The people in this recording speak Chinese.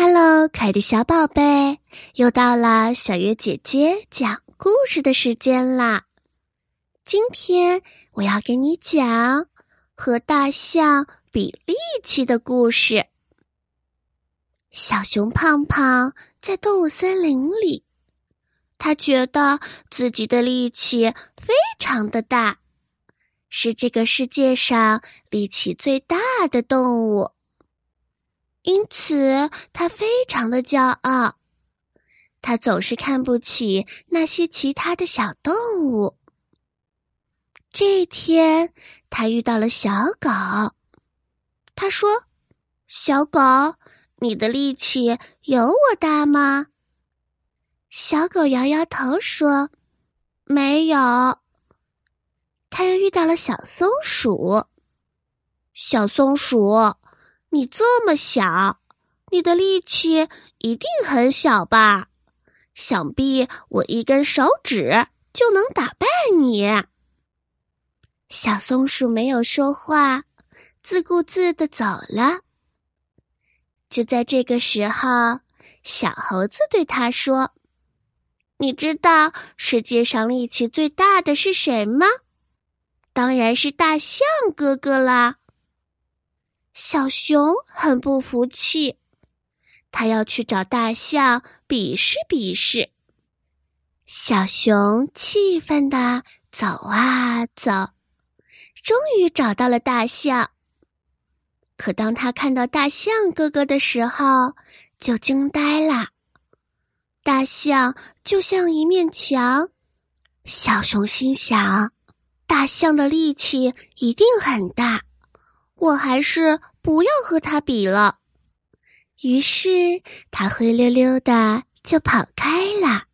Hello， 可爱的小宝贝，又到了小月姐姐讲故事的时间啦。今天我要给你讲和大象比力气的故事。小熊胖胖在动物森林里，他觉得自己的力气非常的大，是这个世界上力气最大的动物。因此，他非常的骄傲。他总是看不起那些其他的小动物。这一天，他遇到了小狗。他说：“小狗，你的力气有我大吗？”小狗摇摇头说：“没有。”他又遇到了小松鼠。小松鼠，你这么小，你的力气一定很小吧？想必我一根手指就能打败你。小松鼠没有说话，自顾自地走了。就在这个时候，小猴子对他说：“你知道世界上力气最大的是谁吗？当然是大象哥哥啦。”小熊很不服气，他要去找大象比试比试。小熊气愤地走啊走，终于找到了大象。可当他看到大象哥哥的时候，就惊呆了。大象就像一面墙，小熊心想，大象的力气一定很大，我还是不要和他比了。于是他灰溜溜的就跑开了。